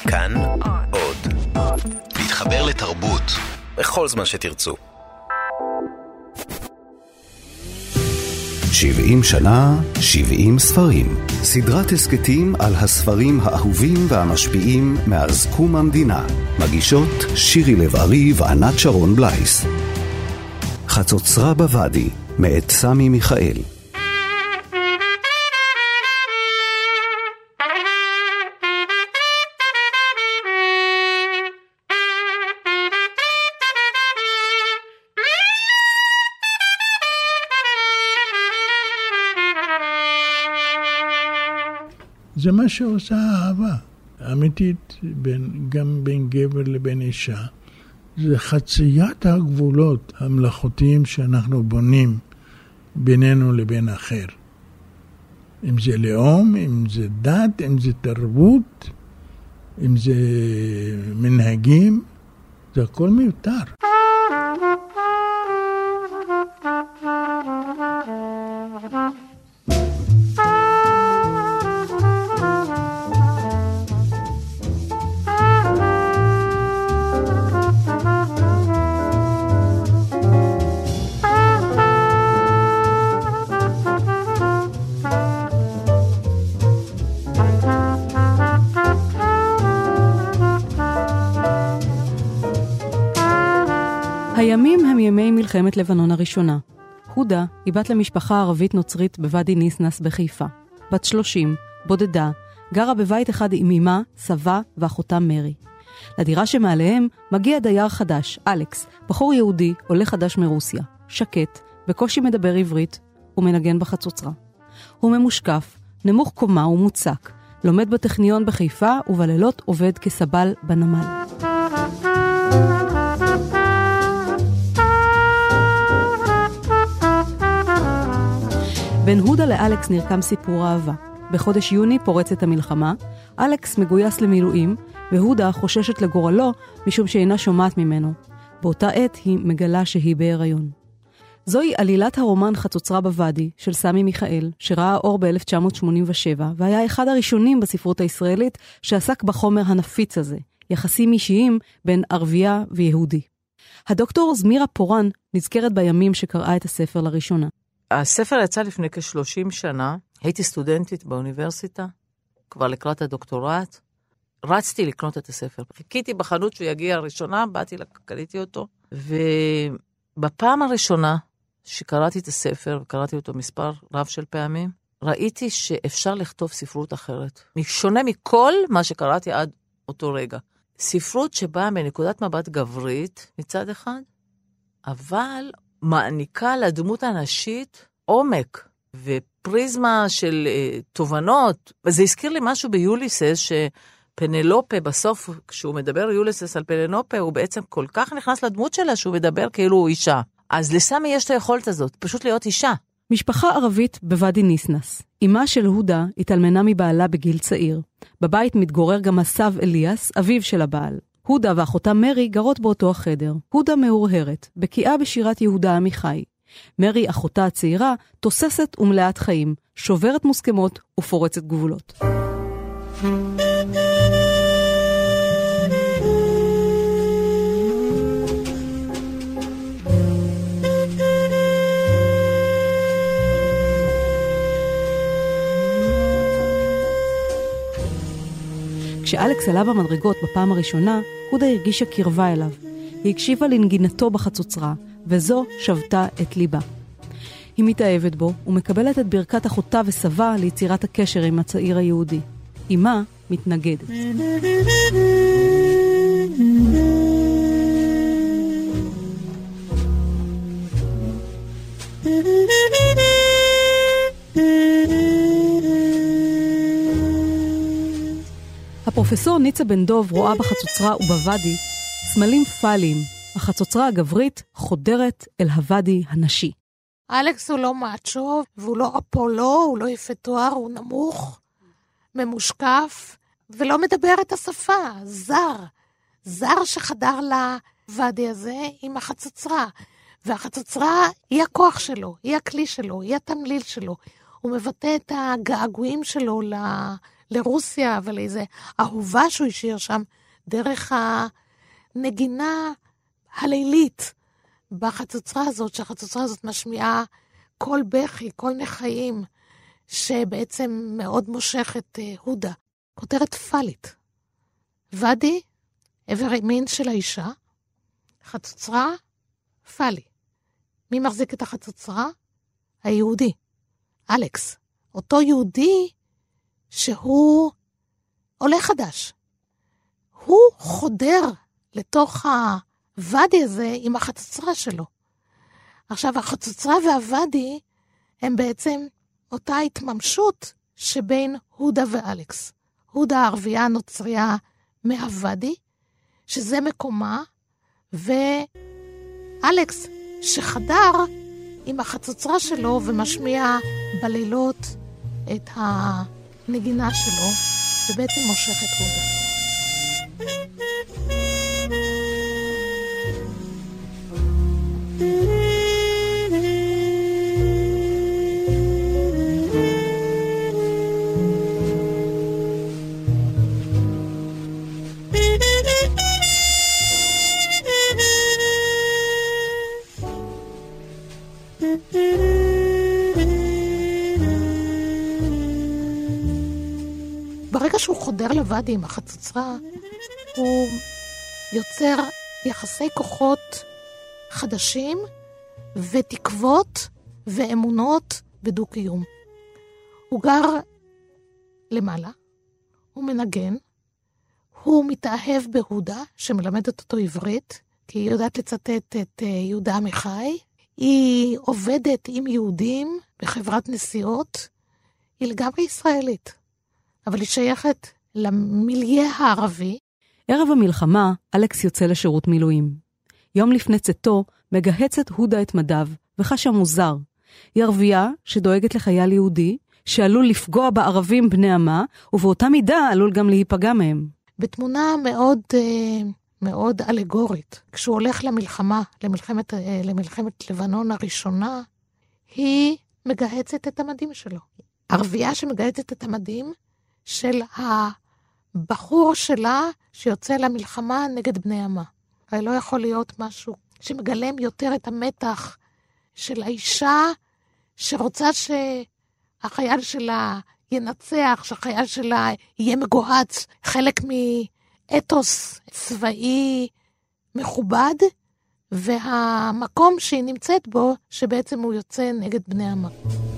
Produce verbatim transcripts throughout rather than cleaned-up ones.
כאן עוד. להתחבר לתרבות בכל זמן שתרצו. שבעים שנה, שבעים ספרים. סדרת הסקטים על הספרים האהובים והמשפיעים מאז קום המדינה. מגישות שירי לב-ארי וענת שרון בלייס. חצוצרה בוואדי, מאת סמי מיכאל. זה מה שעושה האהבה, אמיתית, בין, גם בין גבר לבין אישה. זה חציית הגבולות המלאכותיים שאנחנו בונים בינינו לבין אחר. אם זה לאום, אם זה דת, אם זה תרבות, אם זה מנהגים, זה הכל מיותר. הימים הם ימי מלחמת לבנון הראשונה. הודה היא בת למשפחה ערבית נוצרית בוואדי ניסנס בחיפה. בת שלושים, בודדה, גרה בבית אחד עם אמה, סבה ואחותה מרי. לדירה שמעליהם מגיע דייר חדש, אלכס, בחור יהודי, עולה חדש מרוסיה. שקט, בקושי מדבר עברית ומנגן בחצוצרה. הוא ממושקף, נמוך קומה ומוצק, לומד בטכניון בחיפה ובלילות עובד כסבל בנמל. בין הודה לאלכס נרקם סיפור אהבה. בחודש יוני פורצת המלחמה, אלכס מגויס למילואים, והודה חוששת לגורלו משום שאינה שומעת ממנו. באותה עת היא מגלה שהיא בהיריון. זוהי עלילת הרומן חצוצרה בוואדי של סמי מיכאל, שראה אור ב-אלף תשע מאות שמונים ושבע, והיה אחד הראשונים בספרות הישראלית שעסק בחומר הנפיץ הזה, יחסים אישיים בין ערבייה ויהודי. הדוקטור זמירה פורן נזכרת בימים שקראה את הספר לראשונה. הספר יצא לפני כ-שלושים שנה, הייתי סטודנטית באוניברסיטה, כבר לקראת הדוקטורט, רצתי לקנות את הספר. חיכיתי בחנות שהוא יגיע הראשונה, באתי, קניתי אותו, ובפעם הראשונה שקראתי את הספר, וקראתי אותו מספר רב של פעמים, ראיתי שאפשר לכתוב ספרות אחרת. שונה מכל מה שקראתי עד אותו רגע. ספרות שבאה מנקודת מבט גברית מצד אחד, אבל מעניקה לדמות הנשית עומק ופריזמה של uh, תובנות. וזה הזכיר לי משהו ביוליסס, שפנלופה בסוף, כשהוא מדבר יוליסס על פנלופה, הוא בעצם כל כך נכנס לדמות שלה שהוא מדבר כאילו הוא אישה. אז לסמי יש את היכולת הזאת, פשוט להיות אישה. משפחה ערבית בוואדי ניסנס. אמה של הודה התאלמנה מבעלה בגיל צעיר. בבית מתגורר גם הסב אליאס, אביו של הבעל. הודה ואחותה מרי גרות באותו החדר. הודה מאורהרת, בקיאה בשירת יהודה עמיחי. מרי, אחותה הצעירה, תוססת ומלאת חיים, שוברת מוסכמות ופורצת גבולות. כשאלכס עלה במדרגות בפעם הראשונה, הודה הרגישה קרבה אליו. היא הקשיבה לנגינתו בחצוצרה, וזו שבתה את ליבה. היא מתאהבת בו ומקבלת את ברכת אחותה וסבה ליצירת הקשר עם הצעיר היהודי. אמה מתנגדת. הפרופסור ניצה בן דוב רואה בחצוצרה ובוואדי סמלים פאליים. החצוצרה הגברית חודרת אל הוואדי הנשי. אלכס הוא לא מאצ'ו, והוא לא אפולו, הוא לא יפה תואר, הוא נמוך, ממושקף, ולא מדבר את השפה, זר. זר שחדר לוואדי הזה עם החצוצרה. והחצוצרה היא הכוח שלו, היא הכלי שלו, היא התמליל שלו. הוא מבטא את הגעגועים שלו לרוסיה ולאיזה אהובה שהוא השאיר שם, דרך הנגינה הלילית בחצוצרה הזאת, שהחצוצרה הזאת משמיעה כל בכי, כל נחיים, שבעצם מאוד מושך את הודה. כותרת פלית. ודי, עבר ימין של האישה, חצוצרה, פלי. מי מחזיק את החצוצרה? היהודי, אלכס. אותו יהודי שהוא עולה חדש. הוא חודר לתוך הוואדי הזה עם החצוצרה שלו. עכשיו, החצוצרה והוואדי הם בעצם אותה התממשות שבין הודה ואלכס. הודה הערבייה הנוצריה מהוואדי, שזה מקומה, ואלכס שחדר עם החצוצרה שלו ומשמיע בלילות את הנגינה שלו, ובעצם מושך את הודה. ברגע שהוא חודר לוואדי עם החצוצרה, הוא יוצר יחסי כוחות חדשים ותקוות ואמונות בדו-קיום. הוא גר למעלה, הוא מנגן, הוא מתאהב בהודה שמלמדת אותו עברית, כי היא יודעת לצטט את יהודה עמיחי, היא עובדת עם יהודים בחברת נסיעות, היא לגמרי ישראלית, אבל היא שייכת למיליה הערבי. ערב המלחמה, אלכס יוצא לשירות מילואים. יום לפני צאתו, מגהצת הודה את מדיו, וחשה מוזר. היא ערבייה שדואגת לחייל יהודי, שעלול לפגוע בערבים בני עמה, ובאותה מידה עלול גם להיפגע מהם. בתמונה מאוד, מאוד אלגורית, כשהוא הולך למלחמה, למלחמת, למלחמת לבנון הראשונה, היא מגהצת את המדים שלו. ערבייה שמגהצת את המדים של הבחור שלה שיוצא למלחמה נגד בני עמה. הרי לא יכול להיות משהו שמגלם יותר את המתח של האישה שרוצה שהחייל שלה ינצח, שהחייל שלה יהיה מגוהץ, חלק מאתוס צבאי מכובד, והמקום שהיא נמצאת בו, שבעצם הוא יוצא נגד בני עמה.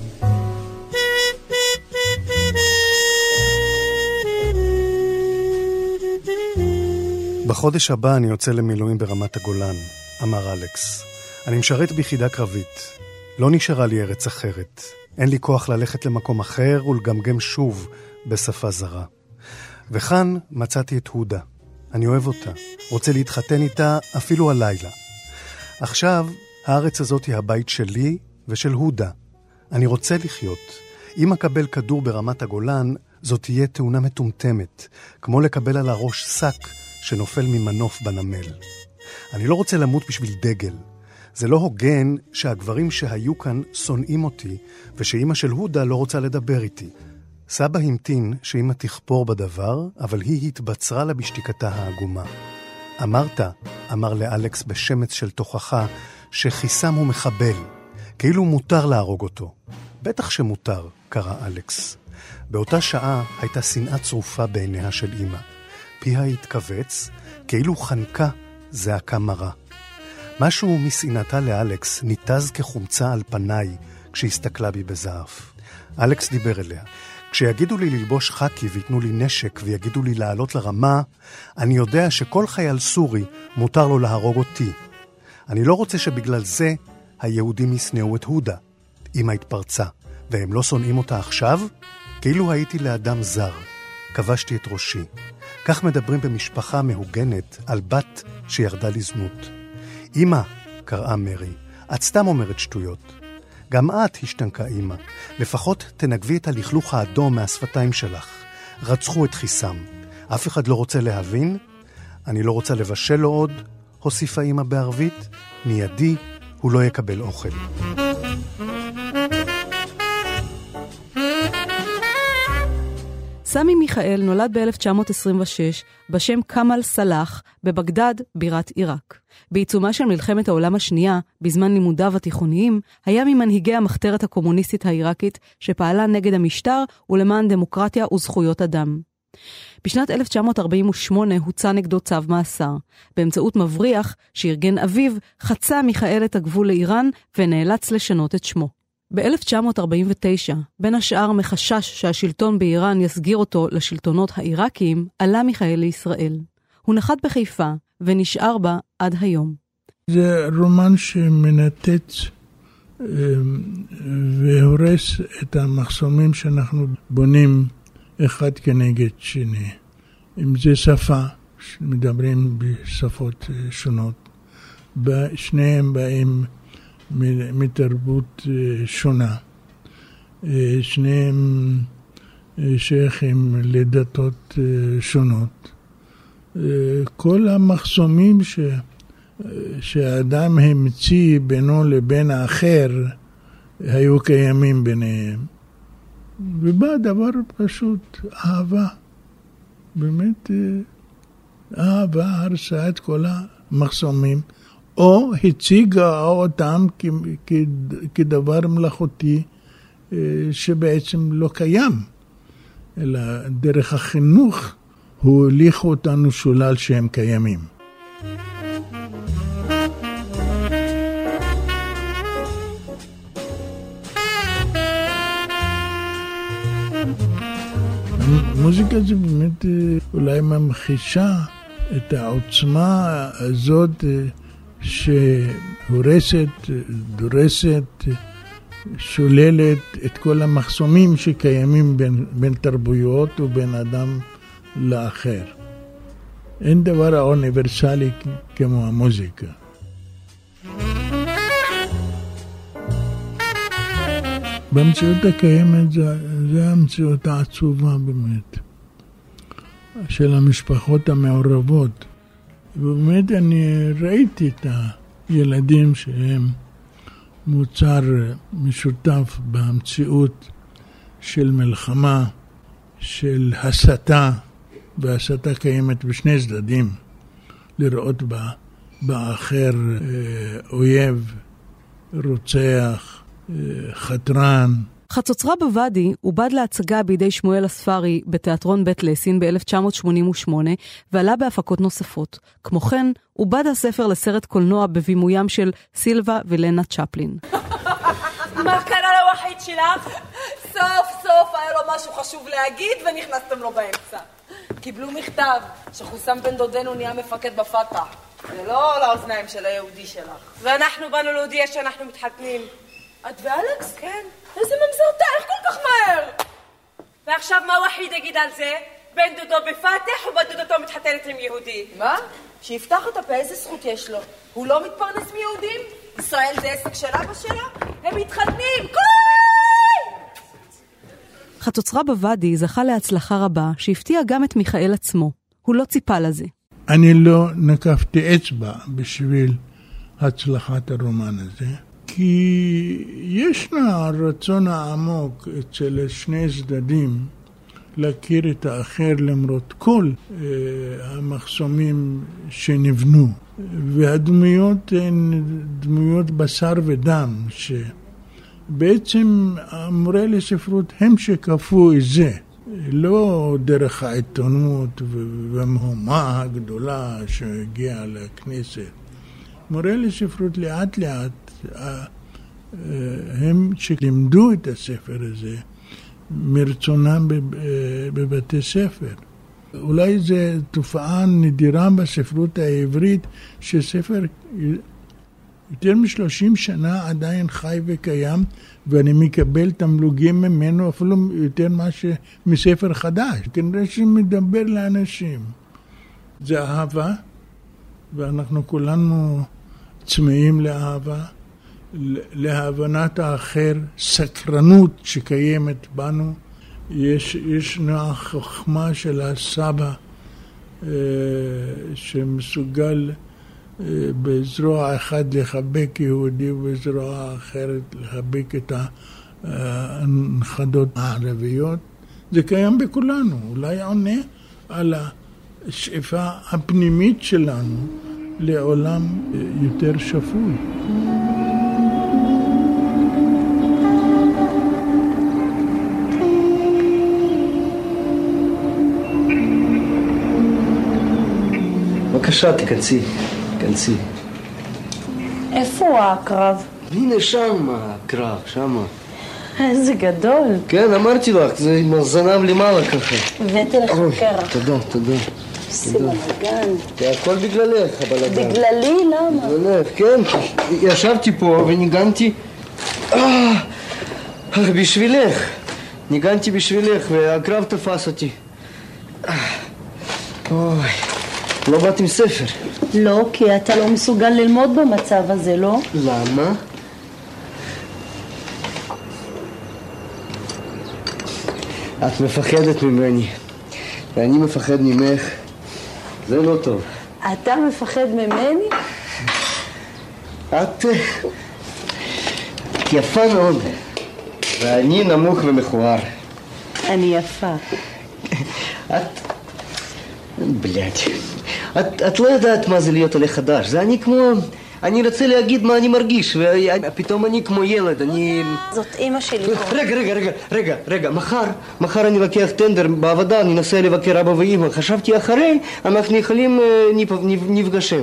בחודש הבא אני יוצא למילואים ברמת הגולן, אמר אלכס. אני משרת ביחידה קרבית. לא נשארה לי ארץ אחרת. אין לי כוח ללכת למקום אחר ולגמגם שוב בשפה זרה. וכאן מצאתי את הודה. אני אוהב אותה. רוצה להתחתן איתה אפילו הלילה. עכשיו, הארץ הזאת היא הבית שלי ושל הודה. אני רוצה לחיות. אם אקבל כדור ברמת הגולן, זאת תהיה תאונה מטומטמת, כמו לקבל על הראש שק שנופל ממנוף בנמל. אני לא רוצה למות בשביל דגל. זה לא הוגן שהגברים שהיו כאן שונאים אותי, ושאמא של הודה לא רוצה לדבר איתי. סבא המתין שאמא תכפור בדבר, אבל היא התבצרה לה בשתיקתה העגומה. אמרת, אמר לאלכס בשמץ של תוכחה, שחיסם הוא מחבל, כאילו מותר להרוג אותו. בטח שמותר, קרא אלכס. באותה שעה הייתה שנאה צרופה בעיניה של אמא. פיה התכווץ, כאילו חנקה זעקה מרה. משהו משנאתה לאלכס ניתז כחומצה על פניי כשהסתכלה בי בזעף. אלכס דיבר אליה. כשיגידו לי ללבוש חקי ויתנו לי נשק ויגידו לי לעלות לרמה, אני יודע שכל חייל סורי מותר לו להרוג אותי. אני לא רוצה שבגלל זה היהודים ישנאו את הודה. אמא התפרצה, והם לא שונאים אותה עכשיו? כאילו הייתי לאדם זר. כבשתי את ראשי. כך מדברים במשפחה מהוגנת על בת שירדה לזנות. אמא, קראה מרי, את סתם אומרת שטויות. גם את השתנקה אמא. לפחות תנגבי את הלכלוך האדום מהשפתיים שלך. רצחו את חיסם. אף אחד לא רוצה להבין? אני לא רוצה לבשל לו עוד, הוסיפה אמא בערבית. מיידי הוא לא יקבל אוכל. סמי מיכאל נולד ב-אלף תשע מאות עשרים ושש בשם קמל סלאח בבגדד, בירת עיראק. בעיצומה של מלחמת העולם השנייה, בזמן לימודיו התיכוניים, היה ממנהיגי המחתרת הקומוניסטית העיראקית שפעלה נגד המשטר ולמען דמוקרטיה וזכויות אדם. בשנת אלף תשע מאות ארבעים ושמונה הוצא נגדו צו מאסר. באמצעות מבריח שארגן אביו, חצה מיכאל את הגבול לאיראן ונאלץ לשנות את שמו. ב-אלף תשע מאות ארבעים ותשע, בין השאר מחשש שהשלטון באיראן יסגיר אותו לשלטונות העיראקיים, עלה מיכאל לישראל. הוא נחת בחיפה ונשאר בה עד היום. זה רומן שמנתץ והורס את המחסומים שאנחנו בונים אחד כנגד שני. אם זה שפה, מדברים בשפות שונות, שניהם באים מתרבות שונה. שניהם שייכים לדתות שונות. כל המחסומים ש... שהאדם המציא בינו לבין האחר היו קיימים ביניהם. ובא דבר פשוט, אהבה. באמת, אהבה הרסה את כל המחסומים, או הציגה אותם כ- כ- כדבר מלאכותי שבעצם לא קיים. אלא דרך החינוך הוא הוליך אותנו שולל שהם קיימים. מוזיקה זה באמת אולי ממחישה את העוצמה הזאת שהורסת, דורסת, שוללת את כל המחסומים שקיימים בין, בין תרבויות ובין אדם לאחר. אין דבר אוניברסלי כמו המוזיקה. במציאות הקיימת זה, זה המציאות העצובה באמת של המשפחות המעורבות. ובאמת אני ראיתי את הילדים שהם מוצר משותף במציאות של מלחמה, של הסתה, והסתה קיימת בשני צדדים, לראות בה, באחר אויב, רוצח, חתרן. חצוצרה בוואדי עובד להצגה בידי שמואל הספרי בתיאטרון בית לסין ב-אלף תשע מאות שמונים ושמונה ועלה בהפקות נוספות. כמו כן, עובד הספר לסרט קולנוע בבימוים של סילבה ולנה צ'פלין. מה קרה לוחיד שלך? סוף סוף היה לו משהו חשוב להגיד ונכנסתם לו באמצע. קיבלו מכתב שחוסם בן דודנו נהיה מפקד בפתח. זה לא לאוזניים של היהודי שלך. ואנחנו באנו להודיע שאנחנו מתחתנים. את ואלכס? כן. איזה ממזרתה, איך כל כך מהר? ועכשיו מה וחיד יגיד על זה? בן דודו בפתח ובן דודתו מתחתנת עם יהודי. מה? שיפתח את הפה, איזה זכות יש לו? הוא לא מתפרנס מיהודים? ישראל זה עסק של אבא שלה? הם מתחתנים! קוואי! חצוצרה בוואדי זכה להצלחה רבה שהפתיע גם את מיכאל עצמו. הוא לא ציפה לזה. אני לא נקפתי אצבע בשביל הצלחת הרומן הזה. כי ישנה הרצון העמוק אצל שני צדדים להכיר את האחר למרות כל אה, המחסומים שנבנו. והדמויות הן דמויות בשר ודם, שבעצם המורה לספרות הם שכפו את זה. לא דרך העיתונות והמהומה הגדולה שהגיעה לכנסת. מורה לספרות לאט לאט הם שלימדו את הספר הזה מרצונם בבתי ספר. אולי זו תופעה נדירה בספרות העברית שספר יותר משלושים שנה עדיין חי וקיים ואני מקבל תמלוגים ממנו אפילו יותר מאשר מספר חדש. כנראה שמדבר לאנשים. זה אהבה ואנחנו כולנו צמאים לאהבה. להבנת האחר, סקרנות שקיימת בנו. יש, ישנה החוכמה של הסבא אה, שמסוגל אה, בזרוע אחד לחבק יהודי ובזרוע אחרת לחבק את הנכדות הערביות. זה קיים בכולנו, אולי עונה על השאיפה הפנימית שלנו לעולם יותר שפוי. בבקשה, תכנסי, תכנסי. איפה הקרב? הנה שם, הקרב, שם. איזה גדול. כן, אמרתי לך, זה עם הזנב למעלה ככה. הבאתי לך קרח. תודה, תודה. עושים בלגן. הכל בגללך, הבלגן. בגללי? למה? בגללך, כן. ישבתי פה וניגנתי... בשבילך. ניגנתי בשבילך, והקרב תפס אותי. אוי, לא באת עם ספר. לא, כי אתה לא מסוגל ללמוד במצב הזה, לא? למה? את מפחדת ממני, ואני מפחד ממך. זה לא טוב. אתה מפחד ממני? את... את יפה מאוד, ואני נמוך ומכוער. אני יפה. את... בלעד. את, את לא יודעת מה זה להיות עולה חדש. זה אני כמו... אני רוצה להגיד מה אני מרגיש, ופתאום אני כמו ילד, אני... זאת אמא שלי. רגע, רגע, רגע, רגע, רגע, מחר, מחר אני לקח טנדר בעבודה, אני אנסה לבקר אבא ואמא. חשבתי אחרי, אנחנו יכולים נפגשים.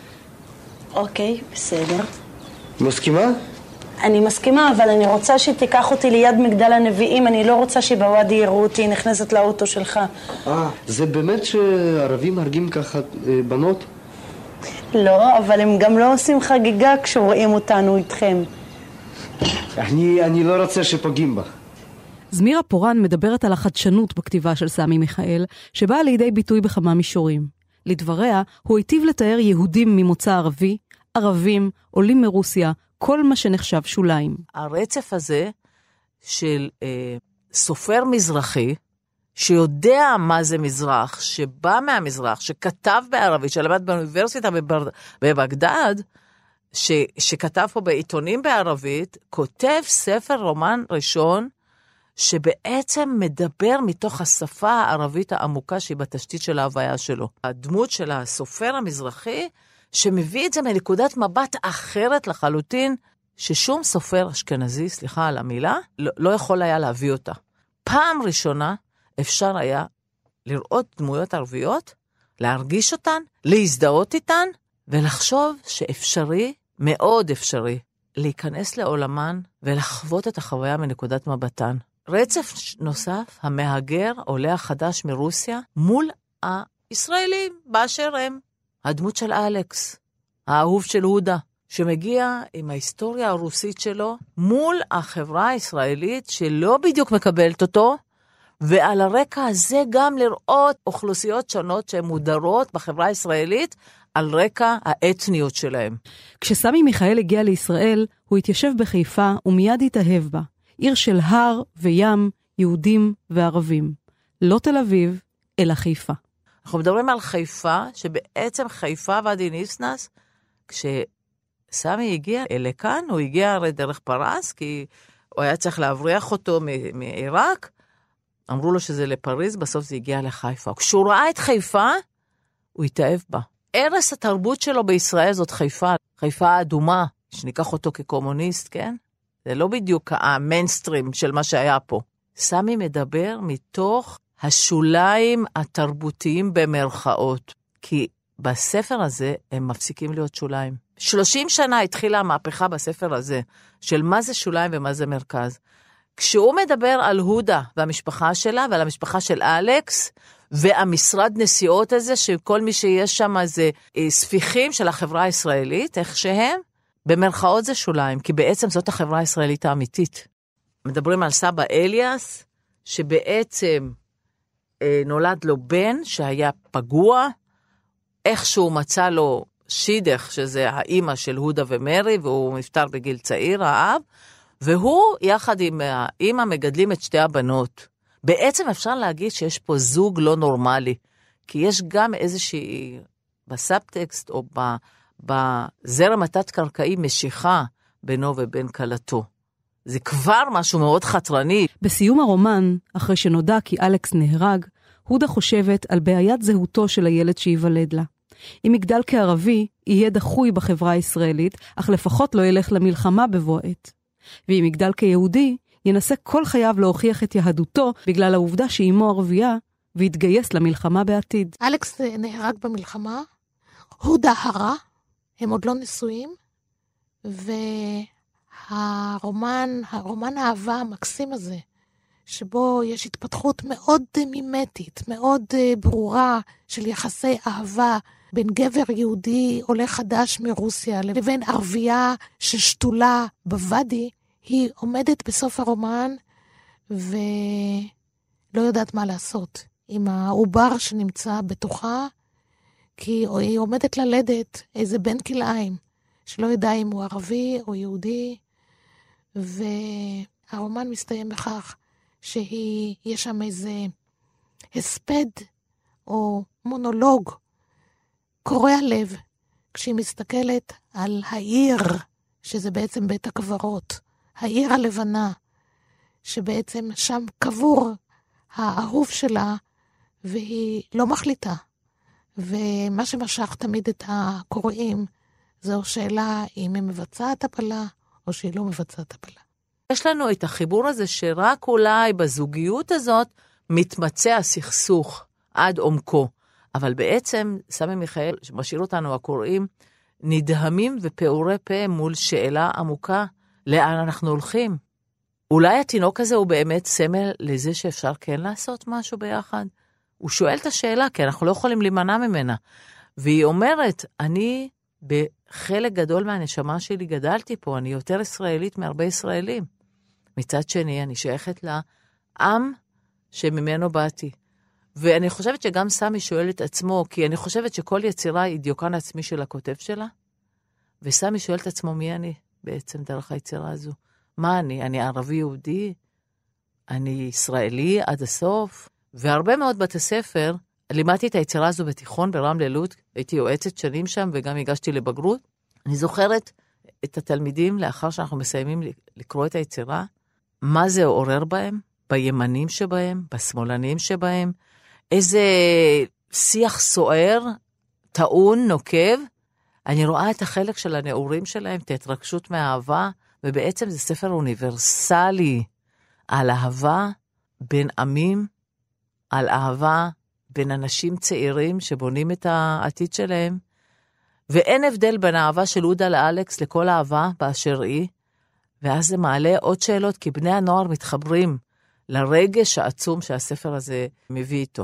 אוקיי, בסדר. מסכימה? אני מסכימה, אבל אני רוצה שתיקח אותי ליד מגדל הנביאים, אני לא רוצה שבוואדי יראו אותי נכנסת לאוטו שלך. אה, זה באמת שערבים הרגים ככה בנות? לא, אבל הם גם לא עושים חגיגה כשרואים אותנו איתכם. אני, אני לא רוצה שפוגעים בך. זמירה פורן מדברת על החדשנות בכתיבה של סמי מיכאל, שבאה לידי ביטוי בכמה מישורים. לדבריה, הוא היטיב לתאר יהודים ממוצא ערבי, ערבים, עולים מרוסיה, כל מה שנחשב שוליים. הרצף הזה של אה, סופר מזרחי, שיודע מה זה מזרח, שבא מהמזרח, שכתב בערבית, שלמד באוניברסיטה בבגדד, ש, שכתב פה בעיתונים בערבית, כותב ספר רומן ראשון, שבעצם מדבר מתוך השפה הערבית העמוקה שהיא בתשתית של ההוויה שלו. הדמות של הסופר המזרחי, שמביא את זה מנקודת מבט אחרת לחלוטין, ששום סופר אשכנזי, סליחה על המילה, לא, לא יכול היה להביא אותה. פעם ראשונה, אפשר היה לראות דמויות ערביות, להרגיש אותן, להזדהות איתן, ולחשוב שאפשרי, מאוד אפשרי, להיכנס לעולמן ולחוות את החוויה מנקודת מבטן. רצף נוסף, המהגר, עולה החדש מרוסיה, מול הישראלים באשר הם. הדמות של אלכס, האהוב של הודה, שמגיע עם ההיסטוריה הרוסית שלו, מול החברה הישראלית שלא בדיוק מקבלת אותו, ועל הרקע הזה גם לראות אוכלוסיות שונות שהן מודרות בחברה הישראלית, על רקע האתניות שלהם. כשסמי מיכאל הגיע לישראל, הוא התיישב בחיפה ומיד התאהב בה. עיר של הר וים, יהודים וערבים. לא תל אביב, אלא חיפה. אנחנו מדברים על חיפה, שבעצם חיפה ואדי ניסנס, כשסמי הגיע לכאן, הוא הגיע הרי דרך פרס, כי הוא היה צריך להבריח אותו מעיראק, אמרו לו שזה לפריז, בסוף זה הגיע לחיפה. כשהוא ראה את חיפה, הוא התאהב בה. ערש התרבות שלו בישראל זאת חיפה, חיפה האדומה, שניקח אותו כקומוניסט, כן? זה לא בדיוק המיינסטרים של מה שהיה פה. סמי מדבר מתוך השוליים התרבותיים במרכאות, כי בספר הזה הם מפסיקים להיות שוליים. שלושים שנה התחילה המהפכה בספר הזה, של מה זה שוליים ומה זה מרכז. כשהוא מדבר על הודה והמשפחה שלה, ועל המשפחה של אלכס, והמשרד נסיעות הזה, שכל מי שיש שם זה ספיחים של החברה הישראלית, איך שהם, במרכאות זה שוליים, כי בעצם זאת החברה הישראלית האמיתית. מדברים על סבא אליאס, שבעצם אה, נולד לו בן שהיה פגוע, איכשהו מצא לו שידך, שזה האימא של הודה ומרי, והוא נפטר בגיל צעיר, האב, והוא יחד עם האימא מגדלים את שתי הבנות. בעצם אפשר להגיד שיש פה זוג לא נורמלי, כי יש גם איזושהי, בסאבטקסט או בזרם התת-קרקעי, משיכה בינו ובין קלתו. זה כבר משהו מאוד חתרני. בסיום הרומן, אחרי שנודע כי אלכס נהרג, הודה חושבת על בעיית זהותו של הילד שיוולד לה. אם יגדל כערבי, יהיה דחוי בחברה הישראלית, אך לפחות לא ילך למלחמה בבוא עת. ואם יגדל כיהודי, ינסה כל חייו להוכיח את יהדותו בגלל העובדה שאימו ערבייה, והתגייס למלחמה בעתיד. אלכס נהרג במלחמה, הודה הרה, הם עוד לא נשואים, והרומן, הרומן האהבה המקסים הזה, שבו יש התפתחות מאוד מימטית, מאוד ברורה של יחסי אהבה בין גבר יהודי עולה חדש מרוסיה לבין ערבייה ששתולה בוואדי, היא עומדת בסוף הרומן ולא יודעת מה לעשות עם העובר שנמצא בתוכה, כי היא עומדת ללדת איזה בן כלאיים, שלא יודע אם הוא ערבי או יהודי, והרומן מסתיים בכך שיש שם איזה הספד או מונולוג קורע לב, כשהיא מסתכלת על העיר, שזה בעצם בית הקברות, העיר הלבנה, שבעצם שם קבור האהוב שלה, והיא לא מחליטה. ומה שמשך תמיד את הקוראים, זו שאלה אם היא מבצעת הפלה, או שהיא לא מבצעת הפלה. יש לנו את החיבור הזה שרק אולי בזוגיות הזאת מתמצא הסכסוך עד עומקו. אבל בעצם סמי מיכאל, שמשאיר אותנו הקוראים, נדהמים ופעורי פה מול שאלה עמוקה, לאן אנחנו הולכים? אולי התינוק הזה הוא באמת סמל לזה שאפשר כן לעשות משהו ביחד? הוא שואל את השאלה, כי אנחנו לא יכולים להימנע ממנה. והיא אומרת, אני בחלק גדול מהנשמה שלי גדלתי פה, אני יותר ישראלית מהרבה ישראלים. מצד שני, אני שייכת לעם שממנו באתי. ואני חושבת שגם סמי שואל את עצמו, כי אני חושבת שכל יצירה היא דיוקן עצמי של הכותב שלה, וסמי שואל את עצמו מי אני בעצם דרך היצירה הזו. מה אני? אני ערבי יהודי? אני ישראלי עד הסוף? והרבה מאוד בתי ספר, לימדתי את היצירה הזו בתיכון ברמלה לוד, הייתי יועצת שנים שם וגם הגשתי לבגרות. אני זוכרת את התלמידים לאחר שאנחנו מסיימים לקרוא את היצירה, מה זה עורר בהם, בימנים שבהם, בשמאלנים שבהם, איזה שיח סוער, טעון, נוקב. אני רואה את החלק של הנעורים שלהם, את ההתרגשות מהאהבה, ובעצם זה ספר אוניברסלי על אהבה בין עמים, על אהבה בין אנשים צעירים שבונים את העתיד שלהם, ואין הבדל בין האהבה של הודה לאלכס לכל אהבה באשר היא, ואז זה מעלה עוד שאלות, כי בני הנוער מתחברים לרגש העצום שהספר הזה מביא איתו.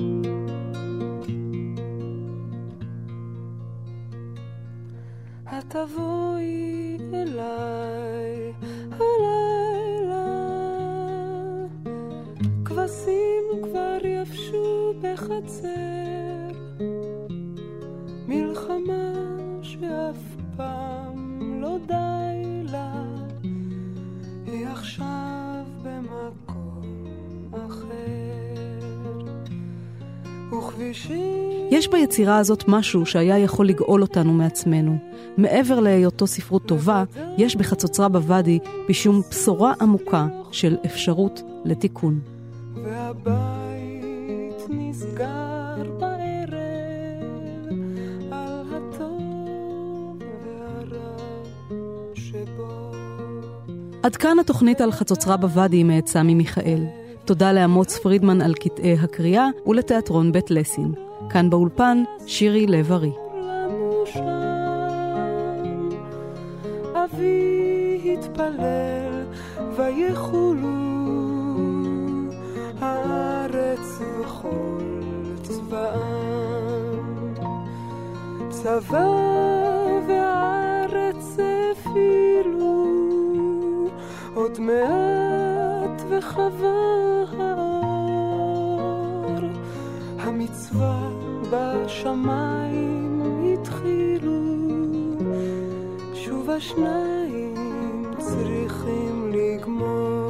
תבואי אליי הלילה, כבשים כבר יפשו בחצר, מלחמה שאף פעם לא די לה, היא עכשיו במקום אחר, וכבישים. יש ביצירה הזאת משהו שהיה יכול לגאול אותנו מעצמנו. מעבר להיותו ספרות טובה, יש בחצוצרה בוואדי בשום בשורה עמוקה של אפשרות לתיקון. והבית נסגר בערב על הטוב והרע שבו. עד כאן התוכנית על חצוצרה בוואדי מאת סמי מיכאל. תודה לאמוץ פרידמן על קטעי הקריאה ולתיאטרון בית לסין. כאן באולפן שירי לב-ארי. אבי התפלל ויחולו הארץ וכל צבאם, צבא והארץ אפילו עוד מעט וחווה האור, המצווה בשמיים התחילו, שוב השניים צריכים לגמור.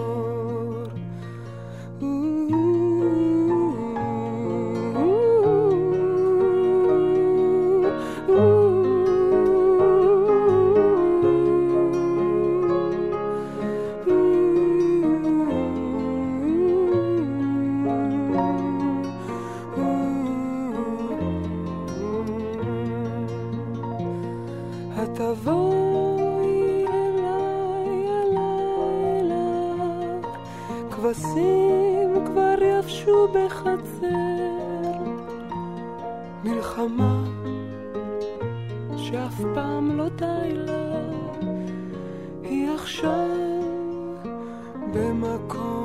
Ooh. התבואי אליי, אליי, אליי, כבשים כבר יבשו בחצר, מלחמה שאף פעם לא די לה, היא עכשיו במקום